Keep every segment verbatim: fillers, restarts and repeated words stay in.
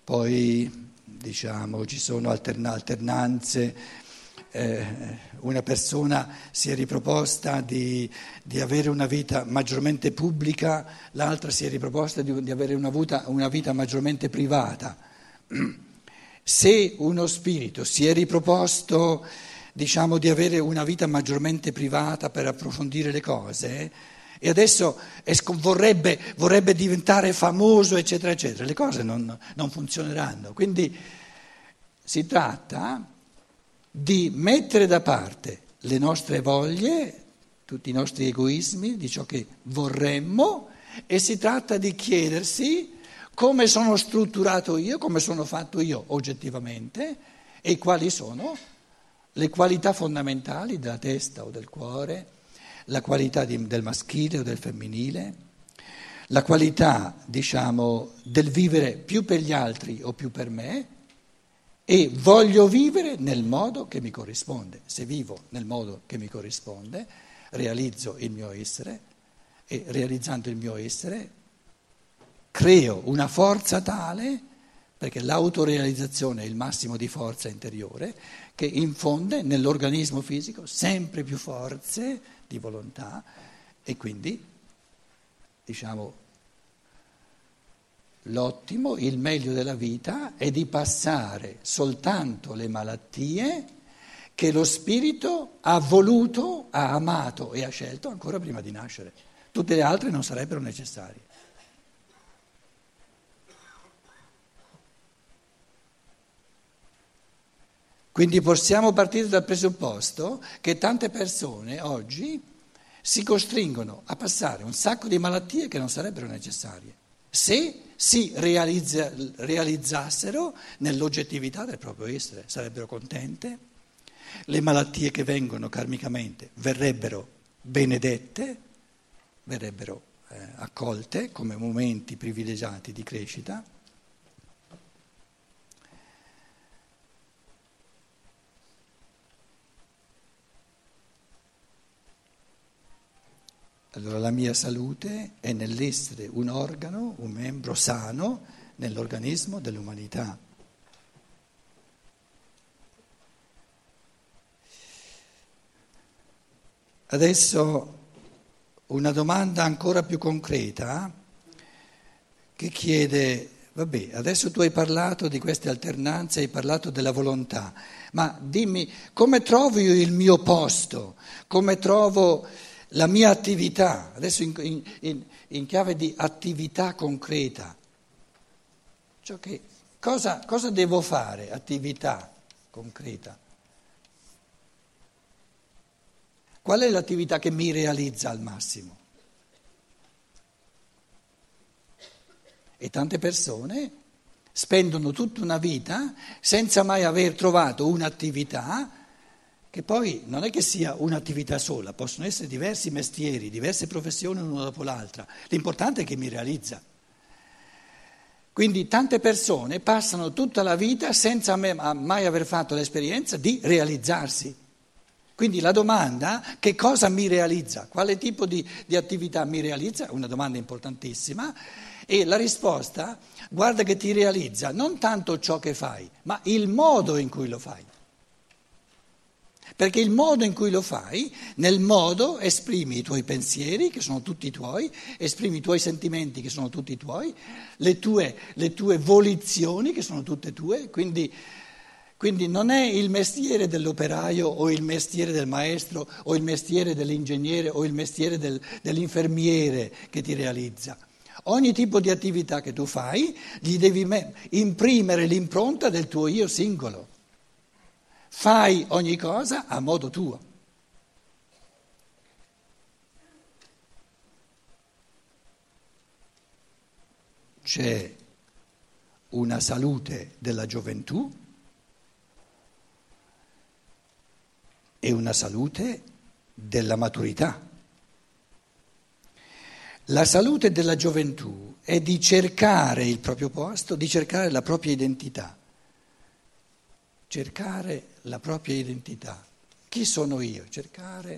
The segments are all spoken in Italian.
poi diciamo ci sono alterna- alternanze. Eh, una persona si è riproposta di, di avere una vita maggiormente pubblica, l'altra si è riproposta di, di avere una vita, una vita maggiormente privata. Se uno spirito si è riproposto, diciamo, di avere una vita maggiormente privata per approfondire le cose e adesso è sc- vorrebbe, vorrebbe diventare famoso, eccetera, eccetera, le cose non, non funzioneranno. Quindi si tratta di mettere da parte le nostre voglie, tutti i nostri egoismi, di ciò che vorremmo, e si tratta di chiedersi come sono strutturato io, come sono fatto io oggettivamente e quali sono le qualità fondamentali della testa o del cuore, la qualità di- del maschile o del femminile, la qualità, diciamo, del vivere più per gli altri o più per me. E voglio vivere nel modo che mi corrisponde. Se vivo nel modo che mi corrisponde, realizzo il mio essere e realizzando il mio essere creo una forza tale, perché l'autorealizzazione è il massimo di forza interiore, che infonde nell'organismo fisico sempre più forze di volontà e quindi, diciamo, l'ottimo, il meglio della vita è di passare soltanto le malattie che lo spirito ha voluto, ha amato e ha scelto ancora prima di nascere. Tutte le altre non sarebbero necessarie. Quindi possiamo partire dal presupposto che tante persone oggi si costringono a passare un sacco di malattie che non sarebbero necessarie, se si realizza- realizzassero nell'oggettività del proprio essere, sarebbero contente, le malattie che vengono karmicamente verrebbero benedette, verrebbero eh, accolte come momenti privilegiati di crescita. Allora la mia salute è nell'essere un organo, un membro sano nell'organismo dell'umanità. Adesso una domanda ancora più concreta che chiede, vabbè, adesso tu hai parlato di queste alternanze, hai parlato della volontà, ma dimmi come trovo io il mio posto, come trovo la mia attività, adesso in, in, in, in chiave di attività concreta, cioè che, cosa, cosa devo fare, attività concreta? Qual è l'attività che mi realizza al massimo? E tante persone spendono tutta una vita senza mai aver trovato un'attività che poi non è che sia un'attività sola, possono essere diversi mestieri, diverse professioni una dopo l'altra, l'importante è che mi realizza. Quindi tante persone passano tutta la vita senza mai aver fatto l'esperienza di realizzarsi. Quindi la domanda, che cosa mi realizza, quale tipo di, di attività mi realizza, è una domanda importantissima, e la risposta, guarda che ti realizza non tanto ciò che fai, ma il modo in cui lo fai. Perché il modo in cui lo fai, nel modo esprimi i tuoi pensieri, che sono tutti tuoi, esprimi i tuoi sentimenti, che sono tutti tuoi, le tue, le tue volizioni, che sono tutte tue, quindi, quindi non è il mestiere dell'operaio o il mestiere del maestro o il mestiere dell'ingegnere o il mestiere del, dell'infermiere che ti realizza. Ogni tipo di attività che tu fai, gli devi me- imprimere l'impronta del tuo io singolo. Fai ogni cosa a modo tuo. C'è una salute della gioventù e una salute della maturità. La salute della gioventù è di cercare il proprio posto, di cercare la propria identità. Cercare la propria identità. Chi sono io? Cercare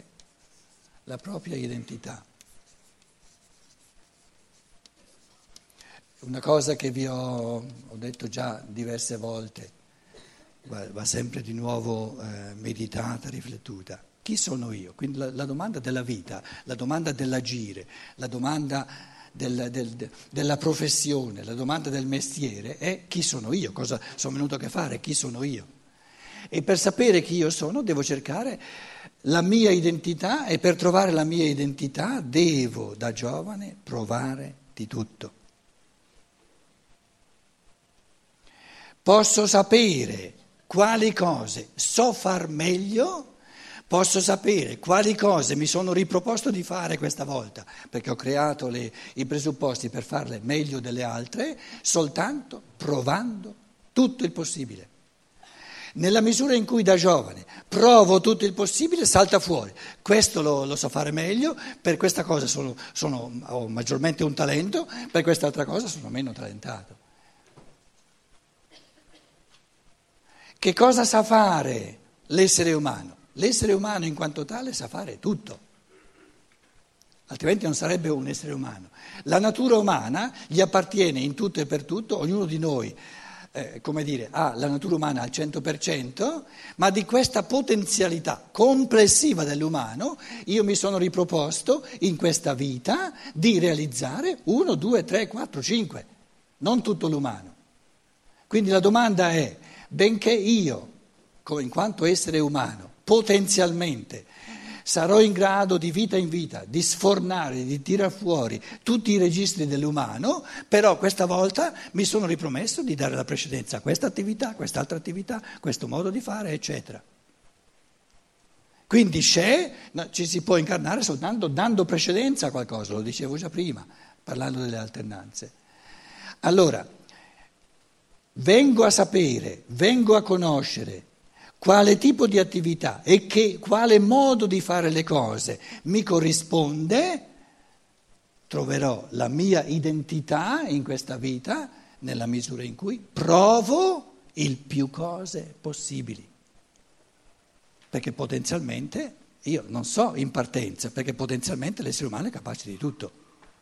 la propria identità. una cosa che vi ho, ho detto già diverse volte, va, va sempre di nuovo eh, meditata, riflettuta. Chi sono io? Quindi la, la domanda della vita, la domanda dell'agire, la domanda del, del, della professione, la domanda del mestiere è chi sono io? Cosa sono venuto a che fare? Chi sono io? E per sapere chi io sono devo cercare la mia identità e per trovare la mia identità devo da giovane provare di tutto. Posso sapere quali cose so far meglio, posso sapere quali cose mi sono riproposto di fare questa volta, perché ho creato le, i presupposti per farle meglio delle altre, soltanto provando tutto il possibile. Nella misura in cui da giovane provo tutto il possibile, salta fuori. Questo lo, lo so fare meglio, per questa cosa sono, sono, ho maggiormente un talento, per quest'altra cosa sono meno talentato. Che cosa sa fare l'essere umano? L'essere umano in quanto tale sa fare tutto, altrimenti non sarebbe un essere umano. La natura umana gli appartiene in tutto e per tutto, ognuno di noi. Eh, come dire, ha la natura umana al cento per cento, ma di questa potenzialità complessiva dell'umano io mi sono riproposto in questa vita di realizzare uno, due, tre, quattro, cinque, non tutto l'umano. Quindi la domanda è, benché io, in quanto essere umano, potenzialmente sarò in grado di vita in vita di sfornare, di tirar fuori tutti i registri dell'umano, però questa volta mi sono ripromesso di dare la precedenza a questa attività, a quest'altra attività, questo modo di fare, eccetera. Quindi c'è, no, ci si può incarnare soltanto dando precedenza a qualcosa, lo dicevo già prima, parlando delle alternanze. Allora, vengo a sapere, vengo a conoscere quale tipo di attività e che, quale modo di fare le cose mi corrisponde, troverò la mia identità in questa vita nella misura in cui provo il più cose possibili. Perché potenzialmente, io non so in partenza, perché potenzialmente l'essere umano è capace di tutto.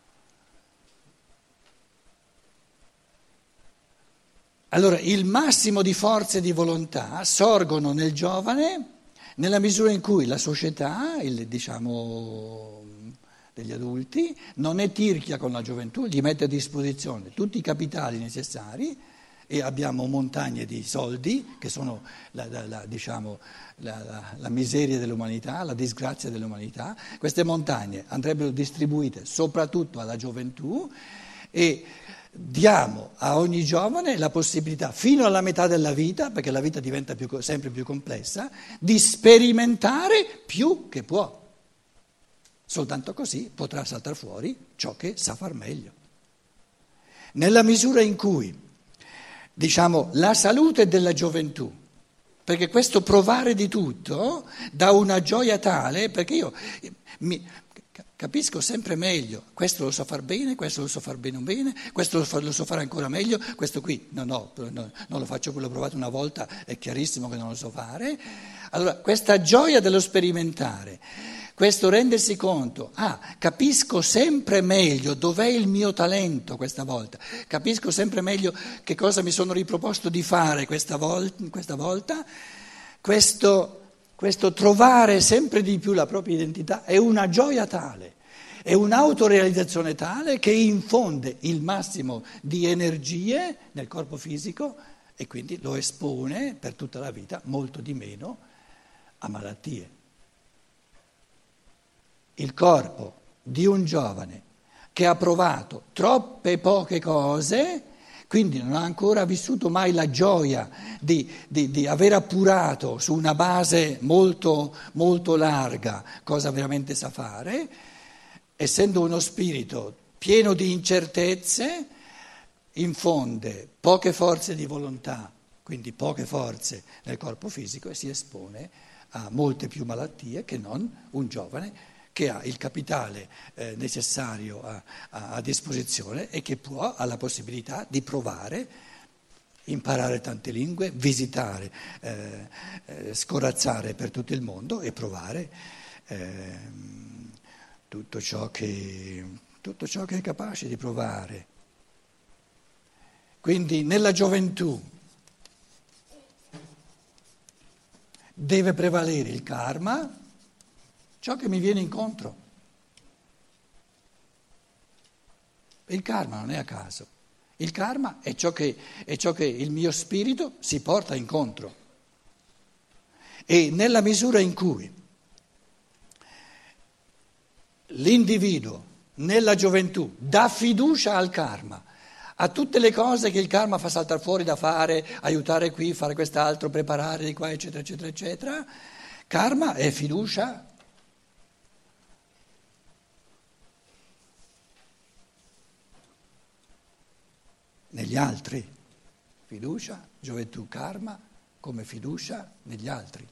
Allora, il massimo di forze di volontà sorgono nel giovane nella misura in cui la società, il, diciamo, degli adulti, non è tirchia con la gioventù, gli mette a disposizione tutti i capitali necessari e abbiamo montagne di soldi che sono la, la, la, diciamo, la, la, la miseria dell'umanità, la disgrazia dell'umanità. Queste montagne andrebbero distribuite soprattutto alla gioventù e diamo a ogni giovane la possibilità, fino alla metà della vita, perché la vita diventa più, sempre più complessa, di sperimentare più che può. Soltanto così potrà saltare fuori ciò che sa far meglio. Nella misura in cui, diciamo, la salute della gioventù, perché questo provare di tutto dà una gioia tale, perché io mi... capisco sempre meglio, questo lo so far bene, questo lo so far bene bene, questo lo, fa, lo so fare ancora meglio, questo qui no, no, no, non lo faccio, l'ho provato una volta, è chiarissimo che non lo so fare. Allora, questa gioia dello sperimentare, questo rendersi conto, ah, capisco sempre meglio dov'è il mio talento questa volta, capisco sempre meglio che cosa mi sono riproposto di fare questa volta, questa volta questo... Questo trovare sempre di più la propria identità è una gioia tale, è un'autorealizzazione tale che infonde il massimo di energie nel corpo fisico e quindi lo espone per tutta la vita molto di meno a malattie. Il corpo di un giovane che ha provato troppe poche cose, quindi non ha ancora vissuto mai la gioia di, di, di aver appurato su una base molto, molto larga cosa veramente sa fare, essendo uno spirito pieno di incertezze, infonde poche forze di volontà, quindi poche forze nel corpo fisico e si espone a molte più malattie che non un giovane che ha il capitale eh, necessario a, a, a disposizione e che può, ha la possibilità di provare, imparare tante lingue, visitare, eh, eh, scorazzare per tutto il mondo e provare eh, tutto ciò che, tutto ciò che è capace di provare. Quindi nella gioventù deve prevalere il karma, ciò che mi viene incontro. Il karma non è a caso, il karma è ciò che, è ciò che il mio spirito si porta incontro. E nella misura in cui l'individuo nella gioventù dà fiducia al karma, a tutte le cose che il karma fa saltare fuori da fare, aiutare qui, fare quest'altro, preparare di qua, eccetera, eccetera, eccetera, karma è fiducia. Negli altri, fiducia, gioventù, karma, come fiducia negli altri.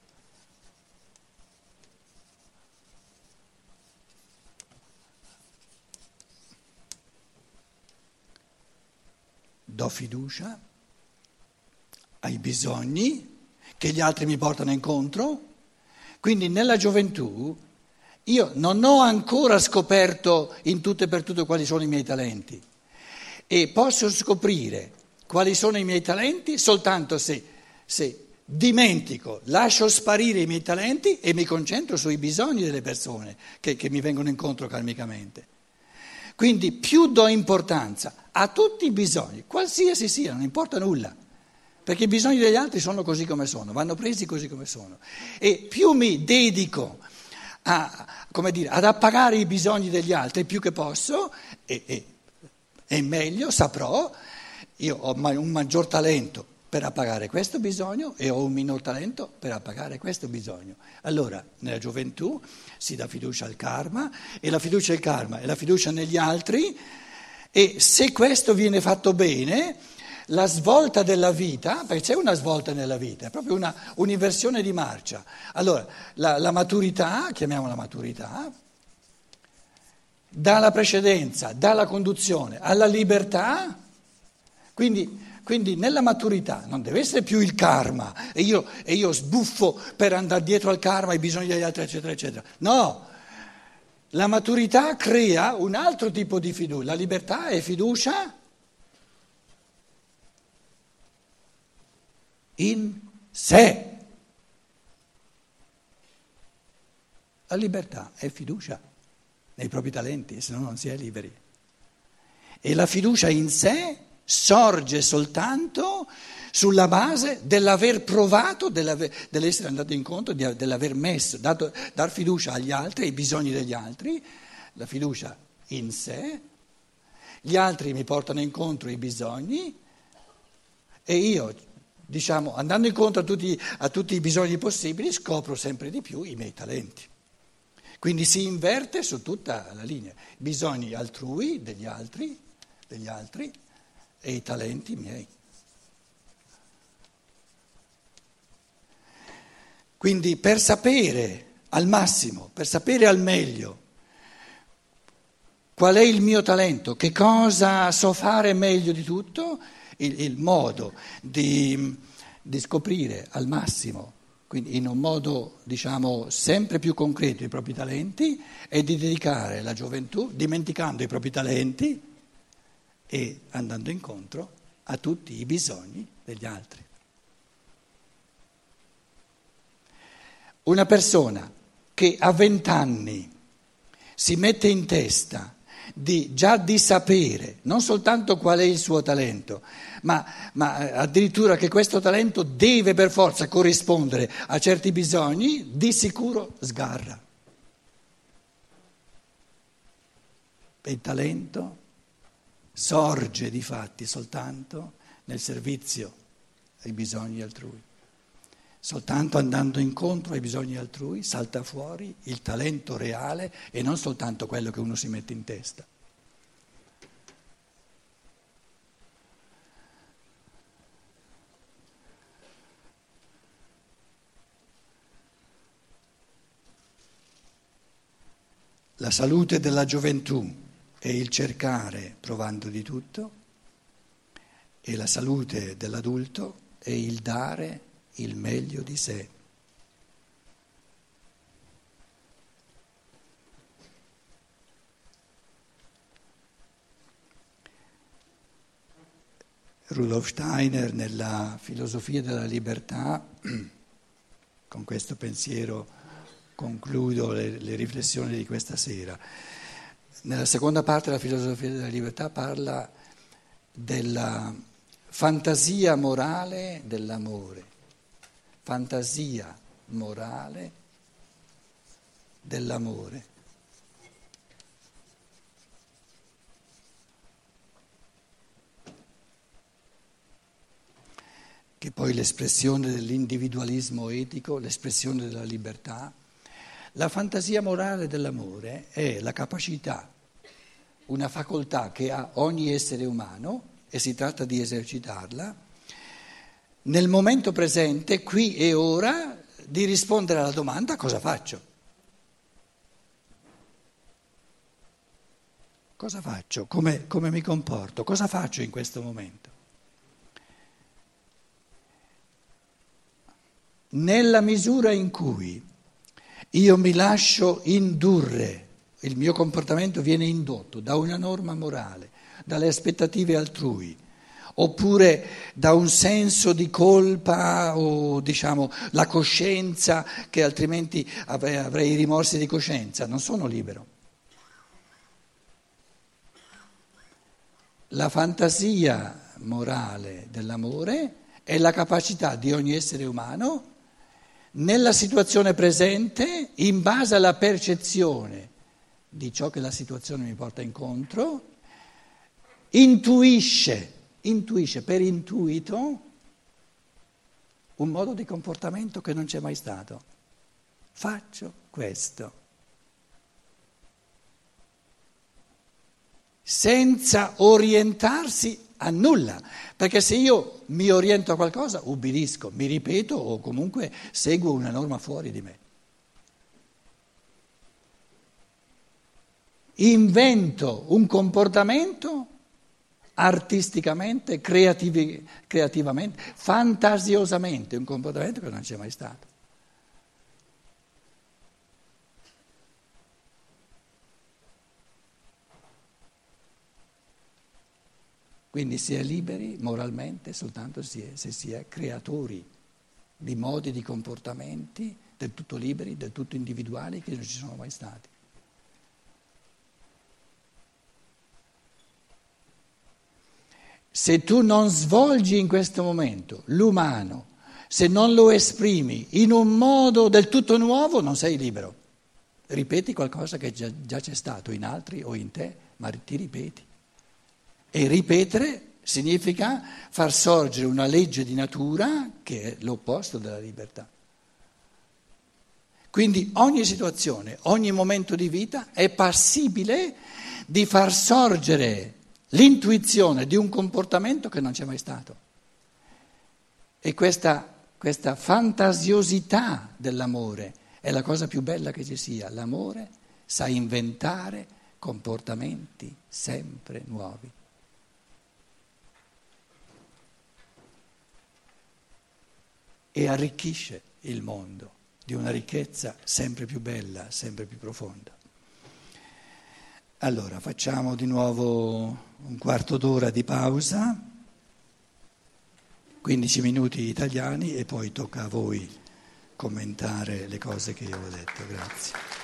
Do fiducia ai bisogni che gli altri mi portano incontro, quindi nella gioventù io non ho ancora scoperto in tutto e per tutto quali sono i miei talenti. E posso scoprire quali sono i miei talenti soltanto se, se dimentico, lascio sparire i miei talenti e mi concentro sui bisogni delle persone che, che mi vengono incontro karmicamente. Quindi più do importanza a tutti i bisogni, qualsiasi sia, non importa nulla, perché i bisogni degli altri sono così come sono, vanno presi così come sono. E più mi dedico a, come dire, ad appagare i bisogni degli altri più che posso, e, e E meglio saprò, io ho un maggior talento per appagare questo bisogno e ho un minor talento per appagare questo bisogno. Allora, nella gioventù si dà fiducia al karma e la fiducia al karma è la fiducia negli altri e se questo viene fatto bene, la svolta della vita, perché c'è una svolta nella vita, è proprio una, un'inversione di marcia. Allora, la, la maturità, chiamiamola maturità, dalla precedenza, dalla conduzione alla libertà, quindi, quindi nella maturità non deve essere più il karma e io, e io sbuffo per andare dietro al karma, ai bisogni degli altri, eccetera, eccetera. No, la maturità crea un altro tipo di fiducia, la libertà è fiducia in sé. La libertà è fiducia nei propri talenti, se no non si è liberi. E la fiducia in sé sorge soltanto sulla base dell'aver provato, dell'aver, dell'essere andato incontro, di, dell'aver messo, dato, dar fiducia agli altri, ai bisogni degli altri, la fiducia in sé, gli altri mi portano incontro ai bisogni e io, diciamo, andando incontro a tutti, a tutti i bisogni possibili, scopro sempre di più i miei talenti. Quindi si inverte su tutta la linea, bisogni altrui, degli altri, degli altri e i talenti miei. Quindi per sapere al massimo, per sapere al meglio qual è il mio talento, che cosa so fare meglio di tutto, il, il modo di, di scoprire al massimo, quindi in un modo diciamo sempre più concreto i propri talenti e di dedicare la gioventù dimenticando i propri talenti e andando incontro a tutti i bisogni degli altri. Una persona che a vent'anni si mette in testa di, già di sapere non soltanto qual è il suo talento, ma, ma addirittura che questo talento deve per forza corrispondere a certi bisogni, di sicuro sgarra. E il talento sorge di fatti soltanto nel servizio ai bisogni altrui. Soltanto andando incontro ai bisogni altrui salta fuori il talento reale e non soltanto quello che uno si mette in testa. La salute della gioventù è il cercare provando di tutto e la salute dell'adulto è il dare il meglio di sé. Rudolf Steiner nella filosofia della libertà, con questo pensiero concludo le, le riflessioni di questa sera. Nella seconda parte della filosofia della libertà parla della fantasia morale dell'amore, fantasia morale dell'amore. Che poi l'espressione dell'individualismo etico, l'espressione della libertà. La fantasia morale dell'amore è la capacità, una facoltà che ha ogni essere umano, e si tratta di esercitarla, nel momento presente, qui e ora, di rispondere alla domanda: cosa faccio? Cosa faccio? Come, come mi comporto? Cosa faccio in questo momento? Nella misura in cui io mi lascio indurre, il mio comportamento viene indotto da una norma morale, dalle aspettative altrui, oppure da un senso di colpa o diciamo la coscienza, che altrimenti avrei, avrei i rimorsi di coscienza, non sono libero. La fantasia morale dell'amore è la capacità di ogni essere umano, nella situazione presente, in base alla percezione di ciò che la situazione mi porta incontro, intuisce, intuisce per intuito un modo di comportamento che non c'è mai stato. Faccio questo. Senza orientarsi a nulla, perché se io mi oriento a qualcosa, ubbidisco, mi ripeto o comunque seguo una norma fuori di me. Invento un comportamento artisticamente, creativi, creativamente, fantasiosamente, un comportamento che non c'è mai stato. Quindi si è liberi moralmente soltanto se si è creatori di modi, di comportamenti del tutto liberi, del tutto individuali, che non ci sono mai stati. Se tu non svolgi in questo momento l'umano, se non lo esprimi in un modo del tutto nuovo, non sei libero. Ripeti qualcosa che già, già c'è stato in altri o in te, ma ti ripeti. E ripetere significa far sorgere una legge di natura che è l'opposto della libertà. Quindi ogni situazione, ogni momento di vita è passibile di far sorgere l'intuizione di un comportamento che non c'è mai stato. E questa, questa fantasiosità dell'amore è la cosa più bella che ci sia. L'amore sa inventare comportamenti sempre nuovi. E arricchisce il mondo di una ricchezza sempre più bella, sempre più profonda. Allora, facciamo di nuovo un quarto d'ora di pausa, quindici minuti italiani, e poi tocca a voi commentare le cose che io ho detto. Grazie.